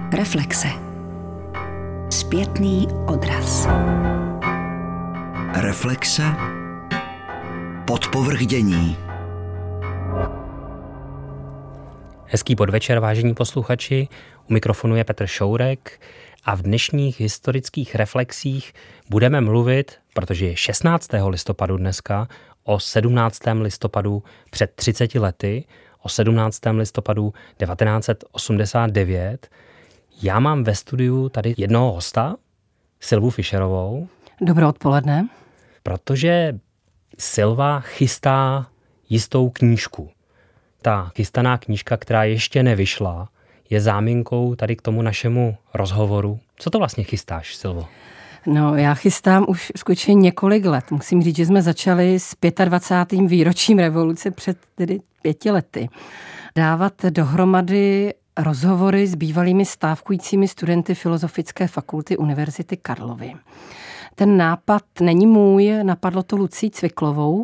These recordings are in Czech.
Reflexe. Zpětný odraz. Reflexe. Podpovrchdění. Hezký podvečer, vážení posluchači. U mikrofonu je Petr Šourek a v dnešních historických reflexích budeme mluvit, protože je 16. listopadu dneska, o 17. listopadu před 30 lety, o 17. listopadu 1989. Já mám ve studiu tady jednoho hosta, Silvu Fischerovou. Dobré odpoledne. Protože Silva chystá jistou knížku. Ta chystaná knížka, která ještě nevyšla, je záminkou tady k tomu našemu rozhovoru. Co to vlastně chystáš, Silvo? No, já chystám už skutečně několik let. Musím říct, že jsme začali s 25. výročím revoluce před tedy 5 lety. Dávat dohromady rozhovory s bývalými stávkujícími studenty Filozofické fakulty Univerzity Karlovy. Ten nápad není můj, napadlo to Lucii Cviklovou.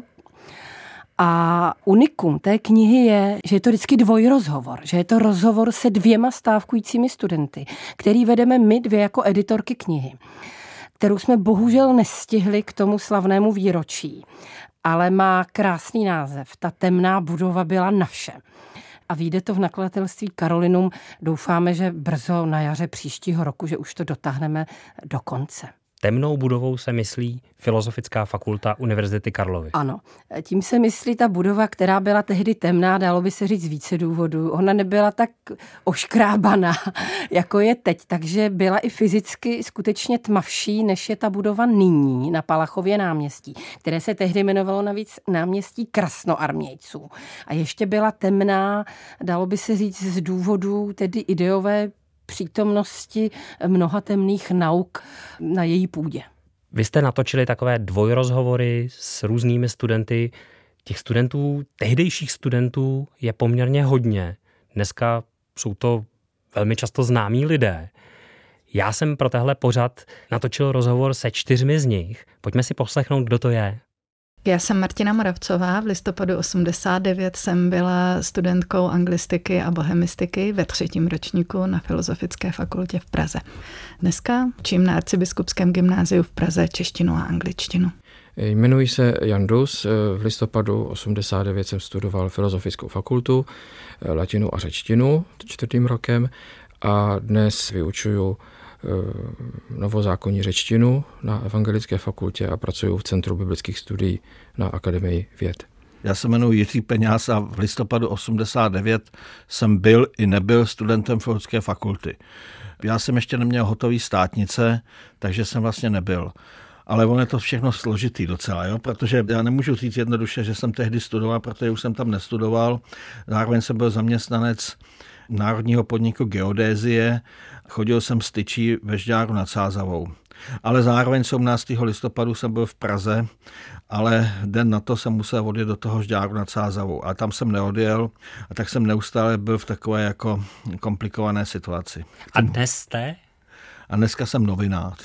A unikum té knihy je, že je to vždycky dvojrozhovor, že je to rozhovor se 2 stávkujícími studenty, který vedeme my 2 jako editorky knihy, kterou jsme bohužel nestihli k tomu slavnému výročí, ale má krásný název. Ta temná budova byla naše. A vyjde to v nakladatelství Karolinum. Doufáme, že brzo na jaře příštího roku, že už to dotáhneme do konce. Temnou budovou se myslí Filozofická fakulta Univerzity Karlovy. Ano, tím se myslí ta budova, která byla tehdy temná, dalo by se říct z více důvodů. Ona nebyla tak oškrábaná, jako je teď, takže byla i fyzicky skutečně tmavší, než je ta budova nyní na Palachově náměstí, které se tehdy jmenovalo navíc náměstí krasnoarmějců. A ještě byla temná, dalo by se říct z důvodů tedy ideové přítomnosti mnoha temných nauk na její půdě. Vy jste natočili takové dvojrozhovory s různými studenty. Těch studentů, tehdejších studentů je poměrně hodně. Dneska jsou to velmi často známí lidé. Já jsem pro tehle pořad natočil rozhovor se 4 z nich. Pojďme si poslechnout, kdo to je. Já jsem Martina Moravcová, v listopadu 89 jsem byla studentkou anglistiky a bohemistiky ve 3. ročníku na Filozofické fakultě v Praze. Dneska učím na Arcibiskupském gymnáziu v Praze češtinu a angličtinu. Jmenuji se Jan Dus, v listopadu 89 jsem studoval Filozofickou fakultu, latinu a řečtinu 4. rokem a dnes vyučuju novozákonní řečtinu na Evangelické fakultě a pracuji v Centru biblických studií na Akademii věd. Já se jmenuji Jiří Peňáz a v listopadu 89 jsem byl i nebyl studentem Filozofické fakulty. Já jsem ještě neměl hotový státnice, takže jsem vlastně nebyl. Ale ono je to všechno složitý docela, jo? Protože já nemůžu říct jednoduše, že jsem tehdy studoval, protože už jsem tam nestudoval. Zároveň jsem byl zaměstnanec Národního podniku geodézie, chodil jsem z Tyčí ve Žďáru nad Sázavou. Ale zároveň 17. listopadu jsem byl v Praze, ale den na to jsem musel odjet do toho Žďáru nad Sázavou. A tam jsem neodjel, a tak jsem neustále byl v takové jako komplikované situaci. A dnes jste? A dneska jsem novinář.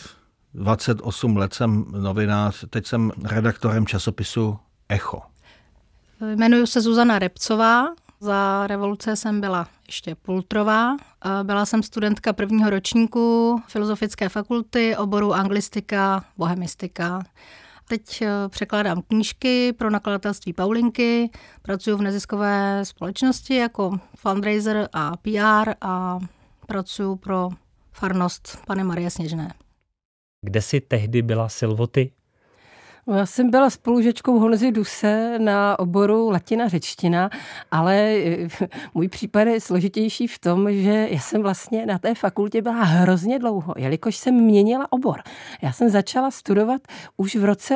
28 let jsem novinář, teď jsem redaktorem časopisu Echo. Jmenuji se Zuzana Repcová. Za revoluce jsem byla ještě pultrová. Byla jsem studentka 1. ročníku Filozofické fakulty, oboru anglistika, bohemistika. Teď překládám knížky pro nakladatelství Paulinky, pracuji v neziskové společnosti jako fundraiser a PR a pracuji pro farnost Panny Marie Sněžné. Kde jsi tehdy byla, Silvo, ty? No, já jsem byla spolužečkou Honzy Duse na oboru latina řečtina, ale můj případ je složitější v tom, že já jsem vlastně na té fakultě byla hrozně dlouho, jelikož jsem měnila obor. Já jsem začala studovat už v roce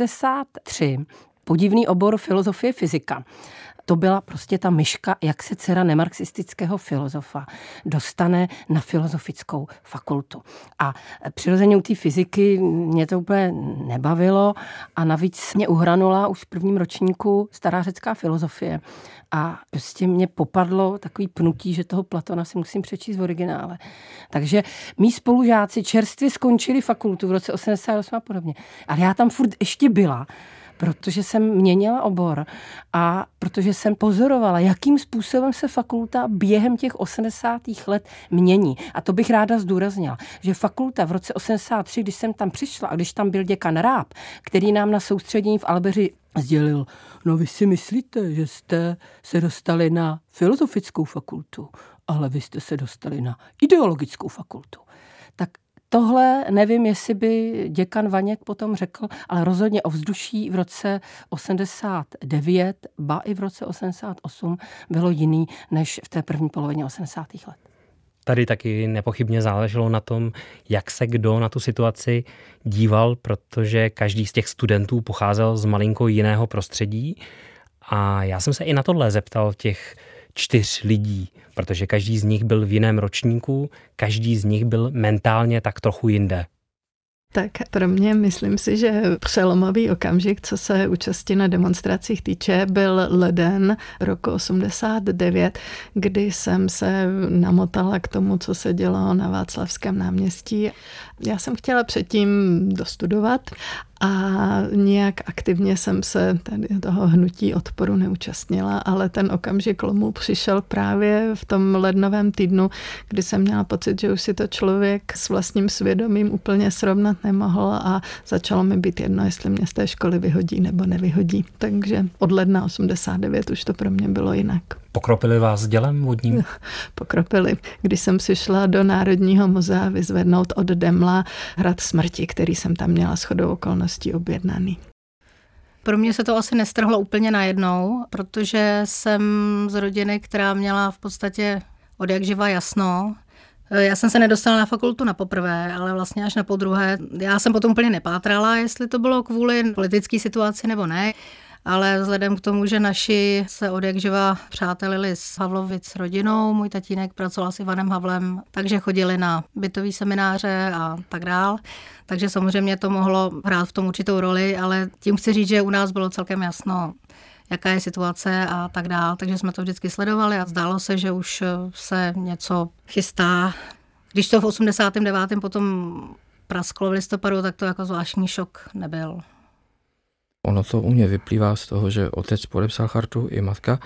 83 podivný obor filozofie fyzika. To byla prostě ta myška, jak se dcera nemarxistického filozofa dostane na filozofickou fakultu. A přirozeně u té fyziky mě to úplně nebavilo a navíc mě uhranula už v 1. ročníku stará řecká filozofie. A prostě mě popadlo takový pnutí, že toho Platona si musím přečíst v originále. Takže mí spolužáci čerstvě skončili fakultu v roce 88 a podobně. Ale já tam furt ještě byla. protože jsem měnila obor a protože jsem pozorovala, jakým způsobem se fakulta během těch 80. let mění. A to bych ráda zdůraznila, že fakulta v roce 83, když jsem tam přišla a když tam byl děkan Ráb, který nám na soustředění v Albeři sdělil, no vy si myslíte, že jste se dostali na filozofickou fakultu, ale vy jste se dostali na ideologickou fakultu. Tak tohle nevím, jestli by děkan Vaněk potom řekl, ale rozhodně ovzduší v roce 89, ba i v roce 88 bylo jiný než v té první polovině 80. let. Tady taky nepochybně záleželo na tom, jak se kdo na tu situaci díval, protože každý z těch studentů pocházel z malinko jiného prostředí a já jsem se i na tohle zeptal těch 4 lidí, protože každý z nich byl v jiném ročníku, každý z nich byl mentálně tak trochu jinde. Tak pro mě myslím si, že přelomový okamžik, co se účasti na demonstracích týče, byl leden roku 89, kdy jsem se namotala k tomu, co se dělo na Václavském náměstí. Já jsem chtěla předtím dostudovat a nějak aktivně jsem se tady toho hnutí odporu neúčastnila, ale ten okamžik lomu přišel právě v tom lednovém týdnu, kdy jsem měla pocit, že už si to člověk s vlastním svědomím úplně srovnat nemohl a začalo mi být jedno, jestli mě z té školy vyhodí nebo nevyhodí. Takže od ledna 89 už to pro mě bylo jinak. Pokropili vás dělem vodním? Pokropili. Když jsem si šla do Národního muzea vyzvednout od Demla hrad smrti, který jsem tam měla shodou okolností objednaný. Pro mě se to asi nestrhlo úplně najednou, protože jsem z rodiny, která měla v podstatě od jak živa jasno. Já jsem se nedostala na fakultu na poprvé, ale vlastně až na podruhé. Já jsem potom úplně nepátrala, jestli to bylo kvůli politické situaci nebo ne. Ale vzhledem k tomu, že naši se od jak živa přátelili s Havlovic rodinou, můj tatínek pracoval s Ivanem Havlem, takže chodili na bytový semináře a tak dál. Takže samozřejmě to mohlo hrát v tom určitou roli, ale tím chci říct, že u nás bylo celkem jasno, jaká je situace a tak dál. Takže jsme to vždycky sledovali a zdálo se, že už se něco chystá. Když to v 89. potom prasklo v listopadu, tak to jako zvláštní šok nebyl. Ono to u mě vyplývá z toho, že otec podepsal chartu i matka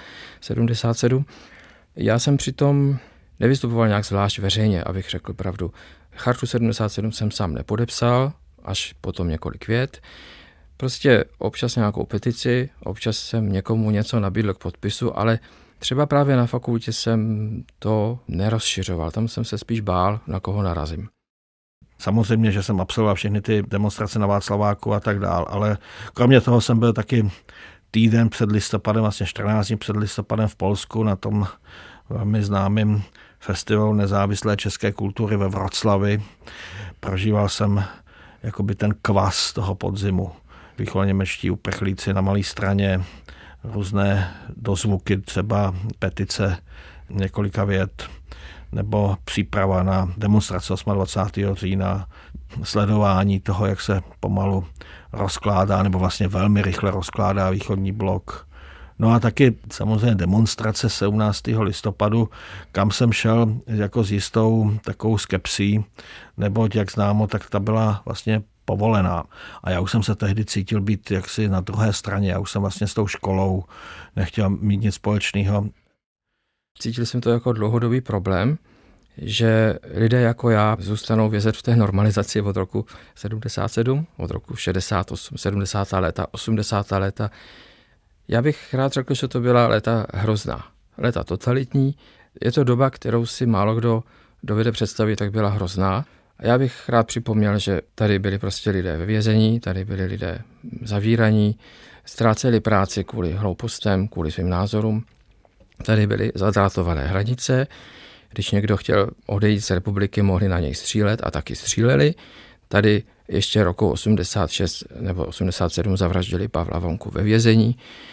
77. Já jsem přitom nevystupoval nějak zvlášť veřejně, abych řekl pravdu. Chartu 77 jsem sám nepodepsal, až potom několik vět. Prostě občas nějakou petici, občas jsem někomu něco nabídl k podpisu, ale třeba právě na fakultě jsem to nerozšiřoval. Tam jsem se spíš bál, na koho narazím. Samozřejmě, že jsem absolvoval všechny ty demonstrace na Václaváku a tak dál, ale kromě toho jsem byl taky týden před listopadem, vlastně 14 dní před listopadem v Polsku na tom velmi známým festivalu nezávislé české kultury ve Wroclawi. Prožíval jsem jakoby ten kvas toho podzimu. Východoněmečtí uprchlíci na Malé Straně, různé dozvuky, třeba petice několika vět, nebo příprava na demonstraci 28. října, sledování toho, jak se pomalu rozkládá, nebo vlastně velmi rychle rozkládá východní blok. No a taky samozřejmě demonstrace 17. listopadu, kam jsem šel jako s jistou takovou skepsí, neboť jak známo, tak ta byla vlastně povolená. A já už jsem se tehdy cítil být jaksi na druhé straně, já už jsem vlastně s tou školou nechtěl mít nic společného. Cítil jsem to jako dlouhodobý problém, že lidé jako já zůstanou vězet v té normalizaci od roku 77, od roku 68, 70. léta, 80. léta. Já bych rád řekl, že to byla léta hrozná, léta totalitní. Je to doba, kterou si málo kdo dovede představit, tak byla hrozná. A já bych rád připomněl, že tady byli prostě lidé ve vězení, tady byli lidé zavíraní, ztráceli práci kvůli hloupostem, kvůli svým názorům. Tady byly zadrátované hranice, když někdo chtěl odejít z republiky, mohli na něj střílet a taky stříleli. Tady ještě roku 86 nebo 87 zavraždili Pavla Vonku ve vězení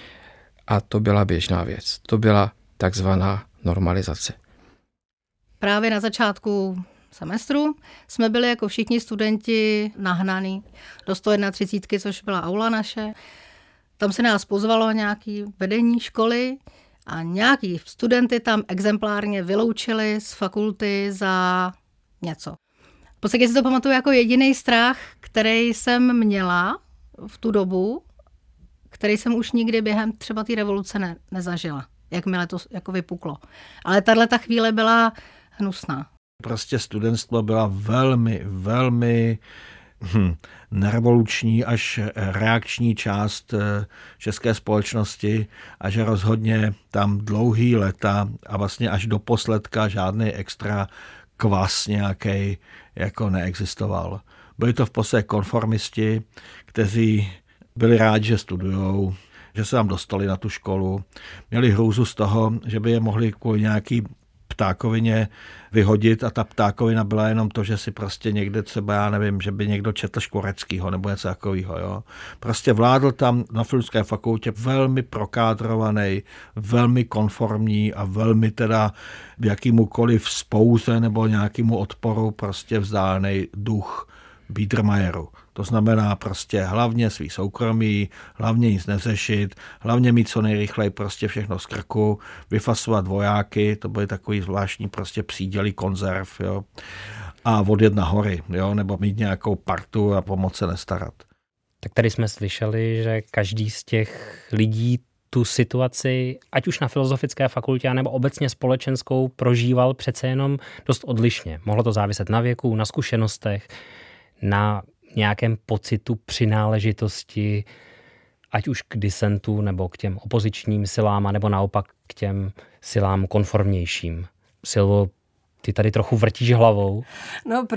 a to byla běžná věc. To byla takzvaná normalizace. Právě na začátku semestru jsme byli jako všichni studenti nahnaný do 131, což byla aula naše. Tam se nás pozvalo nějaké vedení školy a nějaký studenty tam exemplárně vyloučili z fakulty za něco. V podstatě si to pamatuju jako jediný strach, který jsem měla v tu dobu, který jsem už nikdy během třeba té revoluce nezažila, jakmile to jako vypuklo. Ale tato chvíle byla hnusná. Prostě studentstvo byla velmi, velmi nerevoluční až reakční část české společnosti a že rozhodně tam dlouhý léta a vlastně až do posledka žádný extra kvas nějaký jako neexistoval. Byli to v podstatě konformisti, kteří byli rádi, že studujou, že se tam dostali na tu školu. Měli hrůzu z toho, že by je mohli kvůli nějaký ptákovině vyhodit a ta ptákovina byla jenom to, že si prostě někde třeba, já nevím, že by někdo četl Škvoreckýho nebo něco takového. Jo. Prostě vládl tam na Filozofické fakultě velmi prokádrovaný, velmi konformní a velmi teda jakýmukoliv spouze nebo nějakému odporu prostě vzdálený duch Biedermeieru. To znamená prostě hlavně svý soukromí, hlavně nic neřešit, hlavně mít co nejrychleji prostě všechno z krku, vyfasovat vojáky, to byly takový zvláštní prostě příděly konzerv, jo, a odjet na hory, jo, nebo mít nějakou partu a pomoct se nestarat. Tak tady jsme slyšeli, že každý z těch lidí tu situaci, ať už na Filozofické fakultě, nebo obecně společenskou, prožíval přece jenom dost odlišně. Mohlo to záviset na věku, na zkušenostech, na nějakém pocitu přináležitosti, ať už k disentu, nebo k těm opozičním silám, nebo naopak k těm silám konformnějším. Silvo, ty tady trochu vrtíš hlavou. No,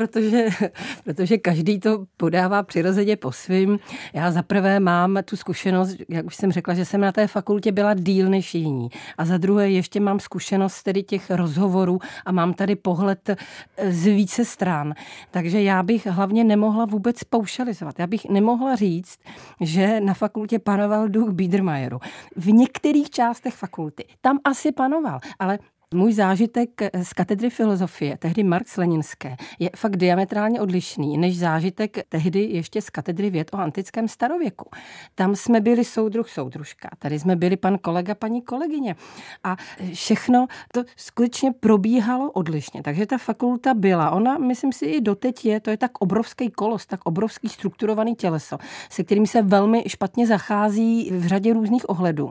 protože každý to podává přirozeně po svým. Já zaprvé mám tu zkušenost, jak už jsem řekla, že jsem na té fakultě byla díl než jiní. A za druhé ještě mám zkušenost tedy těch rozhovorů a mám tady pohled z více stran. Takže já bych hlavně nemohla vůbec paušalizovat. Já bych nemohla říct, že na fakultě panoval duch Biedermeieru. V některých částech fakulty tam asi panoval, ale můj zážitek z katedry filozofie, tehdy Marx-Leninské, je fakt diametrálně odlišný než zážitek tehdy ještě z katedry věd o antickém starověku. Tam jsme byli soudruh, soudružka, tady jsme byli pan kolega, paní kolegyně a všechno to skutečně probíhalo odlišně. Takže ta fakulta byla, ona, myslím si, i doteď je, to je tak obrovský kolos, tak obrovský strukturovaný těleso, se kterým se velmi špatně zachází v řadě různých ohledů.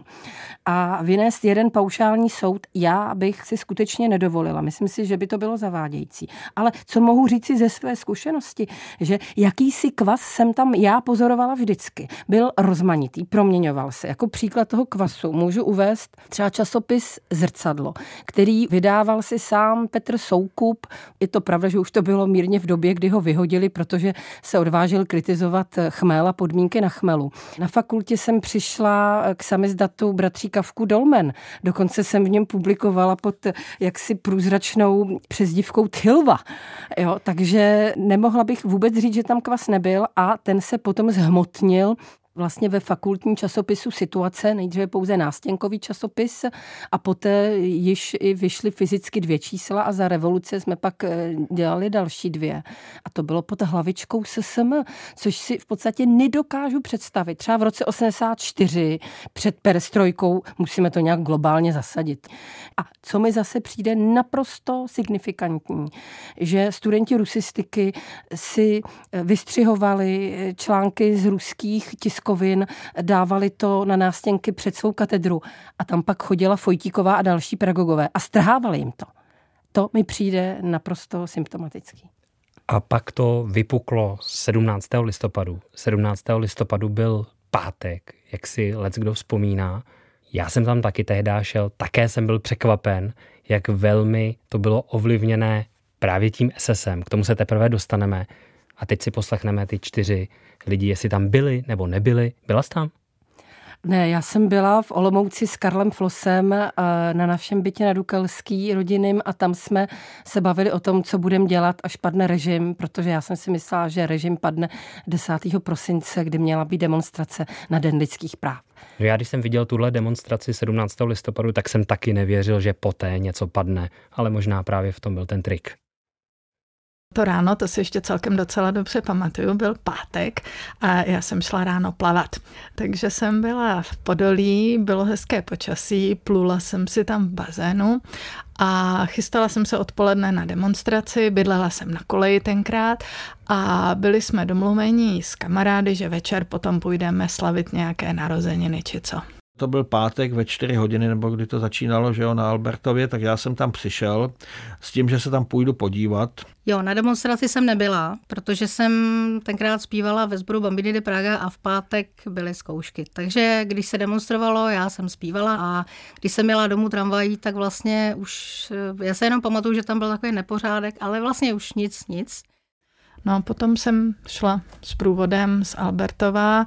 A vynést jeden paušální soud, já bych si skutečně nedovolila. Myslím si, že by to bylo zavádějící. Ale co mohu říci ze své zkušenosti, že jakýsi kvas jsem tam já pozorovala vždycky. Byl rozmanitý, proměňoval se. Jako příklad toho kvasu můžu uvést třeba časopis Zrcadlo, který vydával si sám Petr Soukup. Je to pravda, že už to bylo mírně v době, kdy ho vyhodili, protože se odvážil kritizovat chmel a podmínky na chmelu. Na fakultě jsem přišla k samizdatu bratří Kafku Dolmen. Dokonce jsem v něm publikovala pod jaksi průzračnou přezdívkou Tylva. Jo, takže nemohla bych vůbec říct, že tam kvas nebyl a ten se potom zhmotnil vlastně ve fakultním časopisu Situace, nejdříve pouze nástěnkový časopis a poté již i vyšly fyzicky 2 čísla a za revoluce jsme pak dělali další 2. A to bylo pod hlavičkou SSM, což si v podstatě nedokážu představit. Třeba v roce 84 před perestrojkou musíme to nějak globálně zasadit. A co mi zase přijde naprosto signifikantní, že studenti rusistiky si vystřihovali články z ruských tiskovin, dávali to na nástěnky před svou katedru a tam pak chodila Fojtíková a další pedagogové a strhávali jim to. To mi přijde naprosto symptomatický. A pak to vypuklo 17. listopadu. 17. listopadu byl pátek, jak si leckdo vzpomíná. Já jsem tam taky tehdy šel, také jsem byl překvapen, jak velmi to bylo ovlivněné právě tím SSM. K tomu se teprve dostaneme. A teď si poslechneme ty 4 lidi, jestli tam byli nebo nebyli. Byla jsi tam? Ne, já jsem byla v Olomouci s Karlem Flosem na našem bytě na Dukelský rodinným a tam jsme se bavili o tom, co budeme dělat, až padne režim, protože já jsem si myslela, že režim padne 10. prosince, kdy měla být demonstrace na Den lidských práv. No já když jsem viděl tuhle demonstraci 17. listopadu, tak jsem taky nevěřil, že poté něco padne, ale možná právě v tom byl ten trik. To ráno, to si ještě celkem docela dobře pamatuju, byl pátek a já jsem šla ráno plavat. Takže jsem byla v Podolí, bylo hezké počasí, plula jsem si tam v bazénu a chystala jsem se odpoledne na demonstraci, bydlela jsem na koleji tenkrát a byli jsme domluveni s kamarády, že večer potom půjdeme slavit nějaké narozeniny či co. To byl pátek ve 4 hodiny, nebo kdy to začínalo, že jo, na Albertově, tak já jsem tam přišel s tím, že se tam půjdu podívat. Jo, na demonstraci jsem nebyla, protože jsem tenkrát zpívala ve sboru Bambiny de Praga a v pátek byly zkoušky. Takže když se demonstrovalo, já jsem zpívala a když jsem jela domů tramvají, tak vlastně už, já se jenom pamatuju, že tam byl takový nepořádek, ale vlastně už nic. No a potom jsem šla s průvodem z Albertova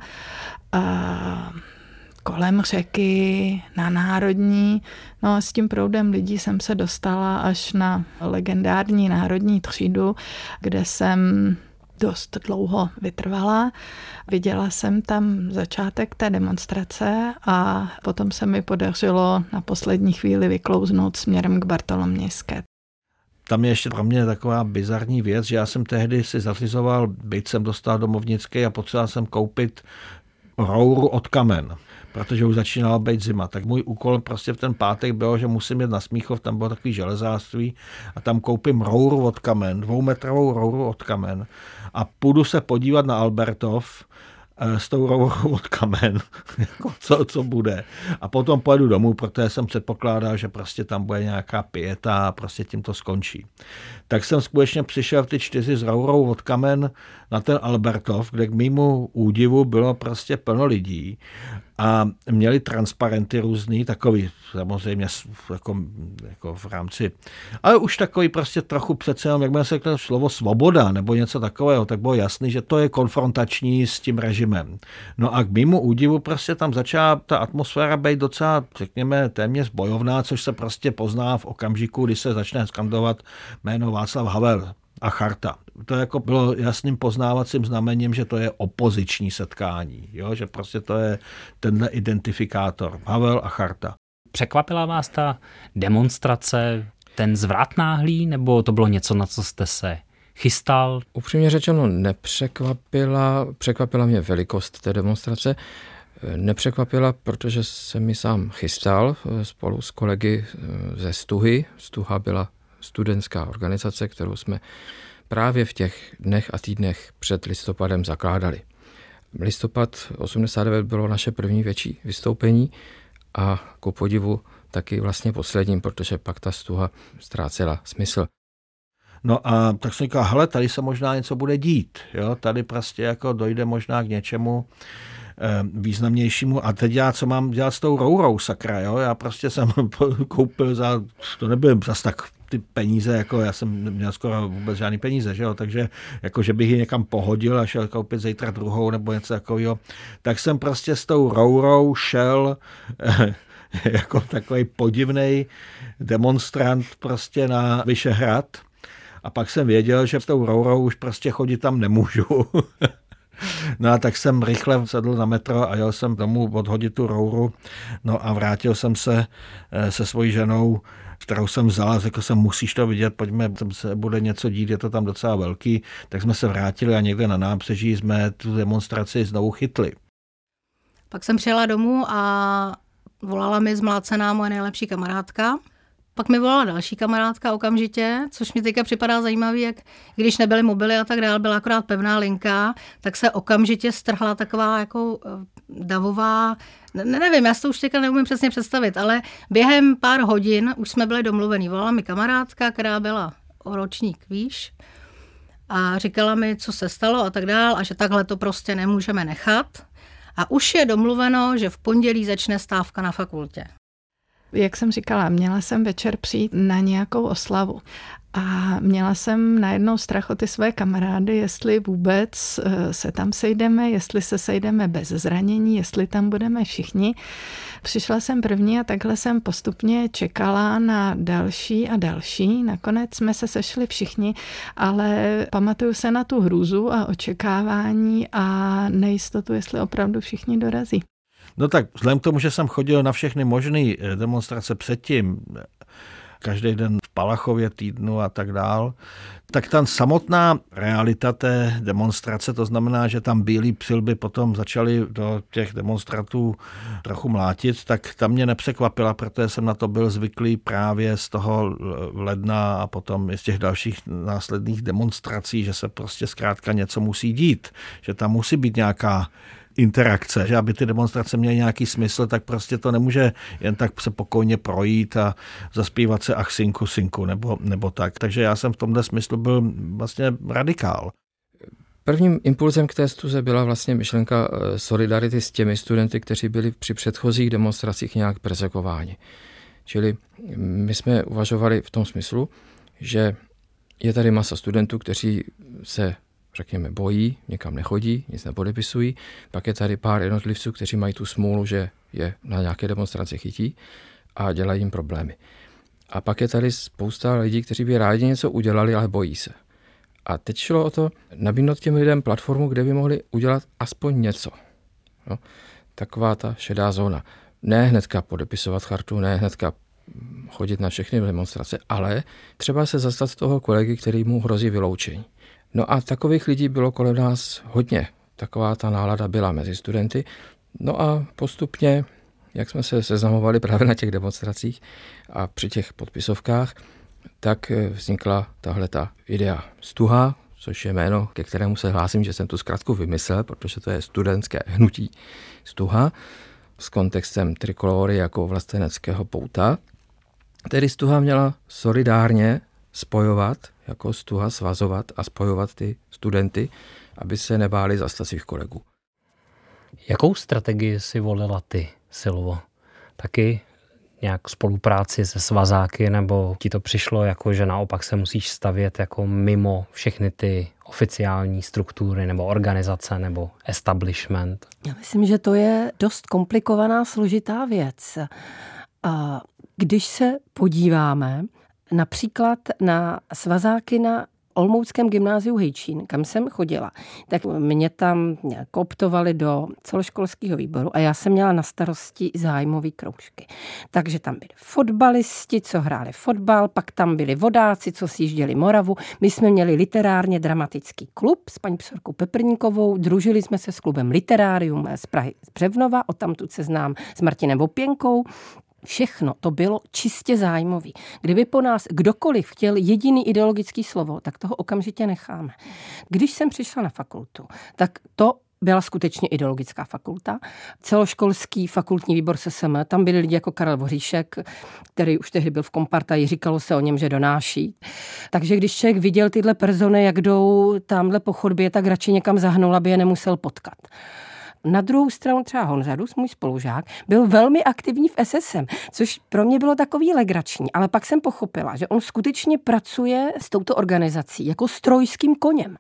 kolem řeky, na Národní. No a s tím proudem lidí jsem se dostala až na legendární Národní třídu, kde jsem dost dlouho vytrvala. Viděla jsem tam začátek té demonstrace a potom se mi podařilo na poslední chvíli vyklouznout směrem k Bartolomějské. Tam je ještě pro mě taková bizarní věc, že já jsem tehdy si zařizoval byt, jsem dostal domovnický a potřeboval jsem koupit rouru od kamen, protože už začínala být zima. Tak můj úkol prostě v ten pátek bylo, že musím jít na Smíchov, tam bylo takový železářství a tam koupím rouru od kamen, 2metrovou rouru od kamen a půjdu se podívat na Albertov s tou rourou od kamen, jako co bude. A potom pojedu domů, protože jsem předpokládal, že prostě tam bude nějaká pieta a prostě tím to skončí. Tak jsem skutečně přišel v ty 4 s rourou od kamen na ten Albertov, kde k mému údivu bylo prostě plno lidí a měli transparenty různý, takový samozřejmě jako v rámci, ale už takový prostě trochu přece jenom, jak by se řekl slovo svoboda nebo něco takového, tak bylo jasný, že to je konfrontační s tím režimem. No a k mému údivu prostě tam začala ta atmosféra být docela, řekněme, téměř bojovná, což se prostě pozná v okamžiku, kdy se začne skandovat jméno Václav Havel a charta. To jako bylo jasným poznávacím znamením, že to je opoziční setkání, jo? Že prostě to je tenhle identifikátor, Havel a charta. Překvapila vás ta demonstrace, ten zvrat náhlý, nebo to bylo něco, na co jste se chystal? Upřímně řečeno překvapila mě velikost té demonstrace. Nepřekvapila, protože jsem mi sám chystal spolu s kolegy ze Stuhy. Stuha byla studentská organizace, kterou jsme právě v těch dnech a týdnech před listopadem zakládali. Listopad 89 bylo naše první větší vystoupení a ku podivu taky vlastně posledním, protože pak ta Stuha ztrácela smysl. No a tak jsem říkal, hele, tady se možná něco bude dít, jo? Tady prostě jako dojde možná k něčemu významnějšímu. A teď já, co mám dělat s tou rourou, sakra, jo? Já prostě jsem koupil to nebyly zas tak ty peníze, jako já jsem neměl skoro vůbec žádný peníze, že jo? Takže jako, že bych ji někam pohodil a šel koupit zítra druhou nebo něco takového, tak jsem prostě s tou rourou šel jako takový podivnej demonstrant prostě na Vyšehrad a pak jsem věděl, že s tou rourou už prostě chodit tam nemůžu. No a tak jsem rychle sedl na metro a jel jsem domů odhodit tu rouru. No a vrátil jsem se se svojí ženou, kterou jsem vzal a řekl jsem, musíš to vidět, pojďme, tam se bude něco dít, je to tam docela velký. Tak jsme se vrátili a někde na nábřeží jsme tu demonstraci znovu chytli. Pak jsem přijela domů a volala mi zmlácená moje nejlepší kamarádka. Pak mi volala další kamarádka okamžitě, což mi teďka připadá zajímavý, jak když nebyly mobily a tak dál, byla akorát pevná linka, tak se okamžitě strhla taková jako davová, nevím, já si to už teďka neumím přesně představit, ale během pár hodin už jsme byli domluvení. Volala mi kamarádka, která byla o ročník výš a říkala mi, co se stalo a tak dál a že takhle to prostě nemůžeme nechat. A už je domluveno, že v pondělí začne stávka na fakultě. Jak jsem říkala, měla jsem večer přijít na nějakou oslavu a měla jsem najednou strach o ty své kamarády, jestli vůbec se tam sejdeme, jestli se sejdeme bez zranění, jestli tam budeme všichni. Přišla jsem první a takhle jsem postupně čekala na další a další. Nakonec jsme se sešli všichni, ale pamatuju se na tu hrůzu a očekávání a nejistotu, jestli opravdu všichni dorazí. No tak vzhledem k tomu, že jsem chodil na všechny možné demonstrace předtím každý den v Palachově týdnu a tak dál. Tak ta samotná realita té demonstrace, to znamená, že tam bílí přilby potom začali do těch demonstrantů trochu mlátit, tak ta mě nepřekvapila, protože jsem na to byl zvyklý právě z toho ledna a potom z těch dalších následných demonstrací, že se prostě zkrátka něco musí dít, že tam musí být nějaká interakce, že aby ty demonstrace měly nějaký smysl, tak prostě to nemůže jen tak se pokojně projít a zaspívat se ach synku, synku, nebo tak. Takže já jsem v tomhle smyslu byl vlastně radikál. Prvním impulzem k té stuze byla vlastně myšlenka solidarity s těmi studenty, kteří byli při předchozích demonstracích nějak persekováni. Čili my jsme uvažovali v tom smyslu, že je tady masa studentů, kteří se řekněme, bojí, někam nechodí, nic nepodepisují. Pak je tady pár jednotlivců, kteří mají tu smůlu, že je na nějaké demonstraci chytí a dělají jim problémy. A pak je tady spousta lidí, kteří by rádi něco udělali, ale bojí se. A teď šlo o to nabídnout těm lidem platformu, kde by mohli udělat aspoň něco. No, taková ta šedá zóna. Ne hnedka podepisovat chartu, ne hnedka chodit na všechny demonstrace, ale třeba se zastat toho kolegy, který mu hrozí vyloučení. No a takových lidí bylo kolem nás hodně. Taková ta nálada byla mezi studenty. No a postupně, jak jsme se seznamovali právě na těch demonstracích a při těch podpisovkách, tak vznikla tahleta idea Stuha, což je jméno, ke kterému se hlásím, že jsem tu zkratku vymyslel, protože to je studentské hnutí Stuha s kontextem trikolory jako vlasteneckého pouta. Tedy Stuha měla solidárně spojovat, jako Stuha svazovat a spojovat ty studenty, aby se nebáli zastat svých kolegů. Jakou strategii si volila ty, Silvo? Taky nějak spolupráci se svazáky, nebo ti to přišlo jako, že naopak se musíš stavět jako mimo všechny ty oficiální struktury nebo organizace nebo establishment? Já myslím, že to je dost komplikovaná, složitá věc. A když se podíváme například na svazáky na Olomouckém gymnáziu Hejčín, kam jsem chodila, tak mě tam optovali do celoškolského výboru a já jsem měla na starosti zájmový kroužky. Takže tam byli fotbalisti, co hráli fotbal, pak tam byli vodáci, co sjížděli Moravu. My jsme měli literárně dramatický klub s paní profesorkou Peprníkovou, družili jsme se s klubem Literárium z Prahy z Břevnova, odtamtud se znám s Martinem Opěnkou. Všechno to bylo čistě zájmový. Kdyby po nás kdokoliv chtěl jediný ideologický slovo, tak toho okamžitě necháme. Když jsem přišla na fakultu, tak to byla skutečně ideologická fakulta. Celoškolský fakultní výbor SSM, tam byli lidi jako Karel Voříšek, který už tehdy byl v kompartaji, říkalo se o něm, že donáší. Takže když člověk viděl tyhle persony, jak jdou tamhle po chodbě, tak radši někam zahnul, aby je nemusel potkat. Na druhou stranu třeba Honzadus, můj spolužák, byl velmi aktivní v SSM, což pro mě bylo takový legrační, ale pak jsem pochopila, že on skutečně pracuje s touto organizací jako s trojským koněm.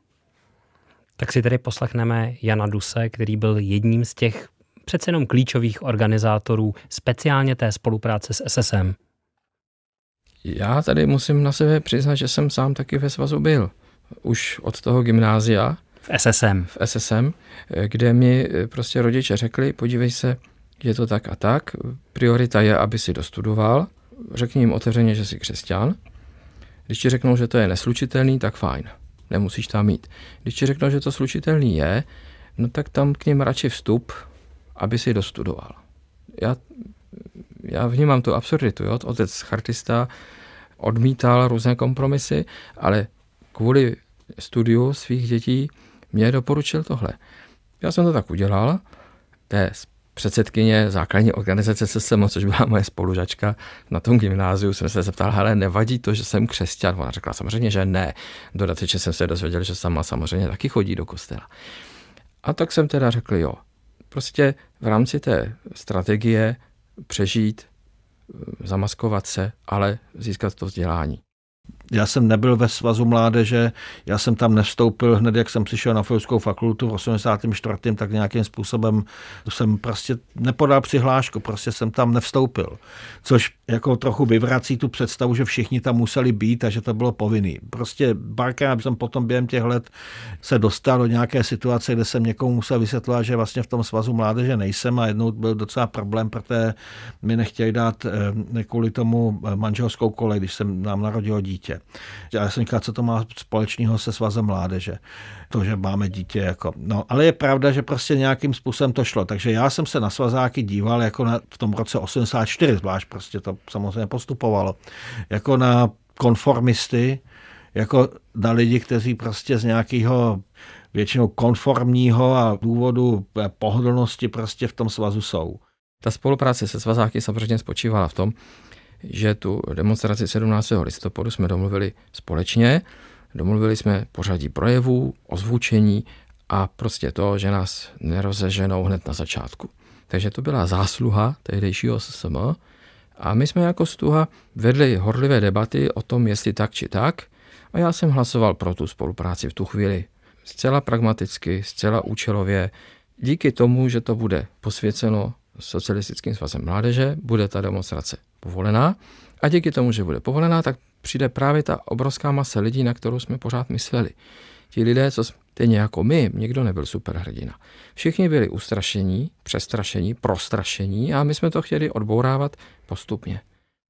Tak si tedy poslechneme Jana Duse, který byl jedním z těch přece jenom klíčových organizátorů speciálně té spolupráce s SSM. Já tady musím na sebe přiznat, že jsem sám taky ve svazu byl. Už od toho gymnázia. V SSM, kde mi prostě rodiče řekli, podívej se, je to tak a tak, priorita je, aby si dostudoval, řekni jim otevřeně, že jsi křesťan. Když ti řeknou, že to je neslučitelný, tak fajn, nemusíš tam mít. Když ti řeknou, že to slučitelný je, no tak tam k ním radši vstup, aby si dostudoval. Já vnímám tu absurditu, jo? Otec chartista odmítal různé kompromisy, ale kvůli studiu svých dětí mě doporučil tohle. Já jsem to tak udělal. Té předsedkyně základní organizace SSM, což byla moje spolužačka na tom gymnáziu, jsem se zeptal, hele, nevadí to, že jsem křesťan? Ona řekla samozřejmě, že ne. Dodatečně jsem se dozvěděl, že sama samozřejmě taky chodí do kostela. A tak jsem teda řekl, jo, prostě v rámci té strategie přežít, zamaskovat se, ale získat to vzdělání. Já jsem nebyl ve Svazu mládeže, já jsem tam nevstoupil hned, jak jsem přišel na Filozofickou fakultu v 84., tak nějakým způsobem jsem prostě nepodal přihlášku, prostě jsem tam nevstoupil. Což jako trochu vyvrací tu představu, že všichni tam museli být a že to bylo povinný. Prostě párkrát jsem potom během těch let se dostal do nějaké situace, kde jsem někomu musel vysvětlovat, že vlastně v tom Svazu mládeže nejsem, a jednou byl docela problém, protože mi nechtěli dát kvůli tomu manželskou kolej, když jsem nám narodilo dítě. Já jsem říkal, co to má společného se Svazem mládeže. To, že máme dítě. Jako. No, ale je pravda, že prostě nějakým způsobem to šlo. Takže já jsem se na svazáky díval jako v tom roce 84, zvlášť prostě to samozřejmě postupovalo. Jako na konformisty, jako na lidi, kteří prostě z nějakého většinou konformního a důvodu pohodlnosti prostě v tom svazu jsou. Ta spolupráce se svazáky samozřejmě spočívala v tom, že tu demonstraci 17. listopadu jsme domluvili společně. Domluvili jsme pořadí projevů, ozvučení a prostě to, že nás nerozeženou hned na začátku. Takže to byla zásluha tehdejšího SSM a my jsme jako Stuha vedli horlivé debaty o tom, jestli tak či tak, a já jsem hlasoval pro tu spolupráci v tu chvíli. Zcela pragmaticky, zcela účelově. Díky tomu, že to bude posvěceno Socialistickým svazem mládeže, bude ta demonstrace povolená a díky tomu, že bude povolená, tak přijde právě ta obrovská masa lidí, na kterou jsme pořád mysleli. Ti lidé, co stejně jako my, nikdo nebyl superhrdina. Všichni byli ustrašení, přestrašení, prostrašení a my jsme to chtěli odbourávat postupně.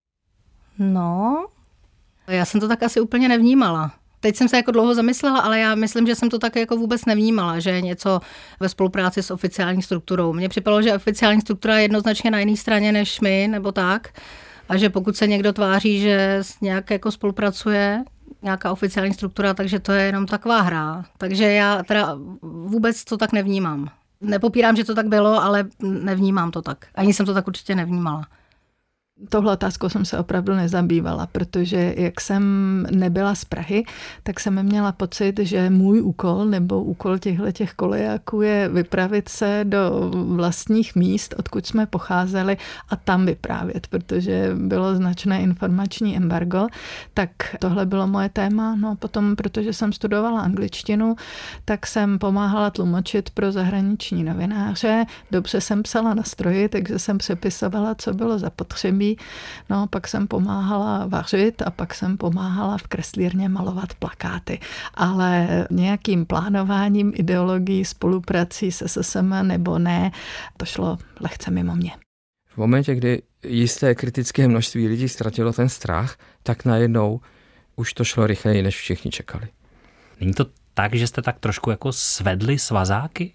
No, já jsem to tak asi úplně nevnímala. Teď jsem se jako dlouho zamyslela, ale já myslím, že jsem to tak jako vůbec nevnímala, že je něco ve spolupráci s oficiální strukturou. Mně připadalo, že oficiální struktura je jednoznačně na jiné straně než my, nebo tak. A že pokud se někdo tváří, že nějak jako spolupracuje, nějaká oficiální struktura, takže to je jenom taková hra. Takže já teda vůbec to tak nevnímám. Nepopírám, že to tak bylo, ale nevnímám to tak. Ani jsem to tak určitě nevnímala. Tohle otázkou jsem se opravdu nezabývala, protože jak jsem nebyla z Prahy, tak jsem měla pocit, že můj úkol nebo úkol těch kolejáků je vypravit se do vlastních míst, odkud jsme pocházeli a tam vyprávět, protože bylo značné informační embargo, tak tohle bylo moje téma. No potom, protože jsem studovala angličtinu, tak jsem pomáhala tlumočit pro zahraniční novináře, dobře jsem psala na stroji, takže jsem přepisovala, co bylo zapotřebí. No, pak jsem pomáhala vařit a pak jsem pomáhala v kreslírně malovat plakáty. Ale nějakým plánováním, ideologií, spoluprací se SSM nebo ne, to šlo lehce mimo mě. V momentě, kdy jisté kritické množství lidí ztratilo ten strach, tak najednou už to šlo rychleji, než všichni čekali. Není to tak, že jste tak trošku jako svedli svazáky?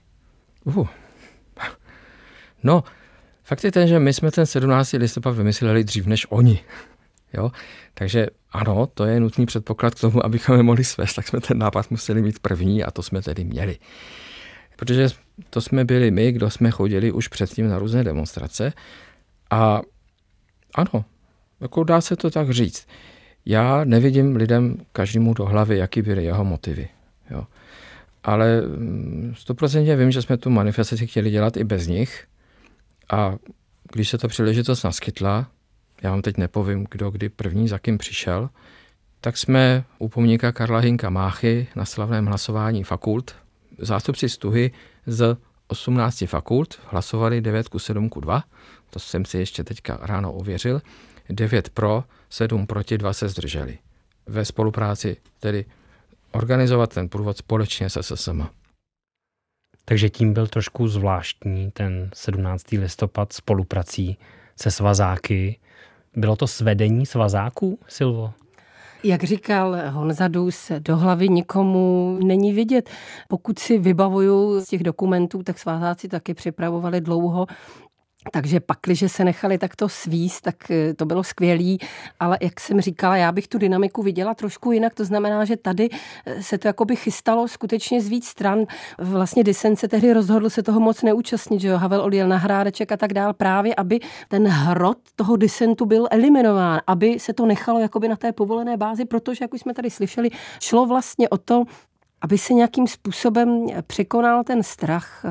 No, fakt je ten, že my jsme ten 17. listopad vymysleli dřív než oni. Jo? Takže ano, to je nutný předpoklad k tomu, abychom je mohli svést, tak jsme ten nápad museli mít první a to jsme tedy měli. Protože to jsme byli my, kdo jsme chodili už předtím na různé demonstrace a ano, jako dá se to tak říct. Já nevidím lidem každému do hlavy, jaký byly jeho motivy. Jo? Ale 100% vím, že jsme tu manifestaci chtěli dělat i bez nich. A když se ta příležitost naskytla, já vám teď nepovím, kdo kdy první za kým přišel, tak jsme u pomníka Karla Hynka Máchy na slavném hlasování fakult. Zástupci Stuhy z 18 fakult hlasovali 9:7:2, to jsem si ještě teďka ráno ověřil, 9 pro, 7 proti, 2 se zdrželi. Ve spolupráci tedy organizovat ten průvod společně se SSM. Takže tím byl trošku zvláštní ten 17. listopad spoluprací se svazáky. Bylo to svedení svazáků, Silvo? Jak říkal Honza Dus, do hlavy nikomu není vidět. Pokud si vybavuju z těch dokumentů, tak svazáci taky připravovali dlouho. Takže pakliže se nechali takto svíst, tak to bylo skvělý, ale jak jsem říkala, já bych tu dynamiku viděla trošku jinak, to znamená, že tady se to jakoby chystalo skutečně z víc stran. Vlastně Dissent se tehdy rozhodl se toho moc neúčastnit, že jo, Havel odjel na Hrádeček a tak dál, právě aby ten hrot toho disentu byl eliminován, aby se to nechalo jakoby na té povolené bázi, protože, jak už jsme tady slyšeli, šlo vlastně o to, aby se nějakým způsobem překonal ten strach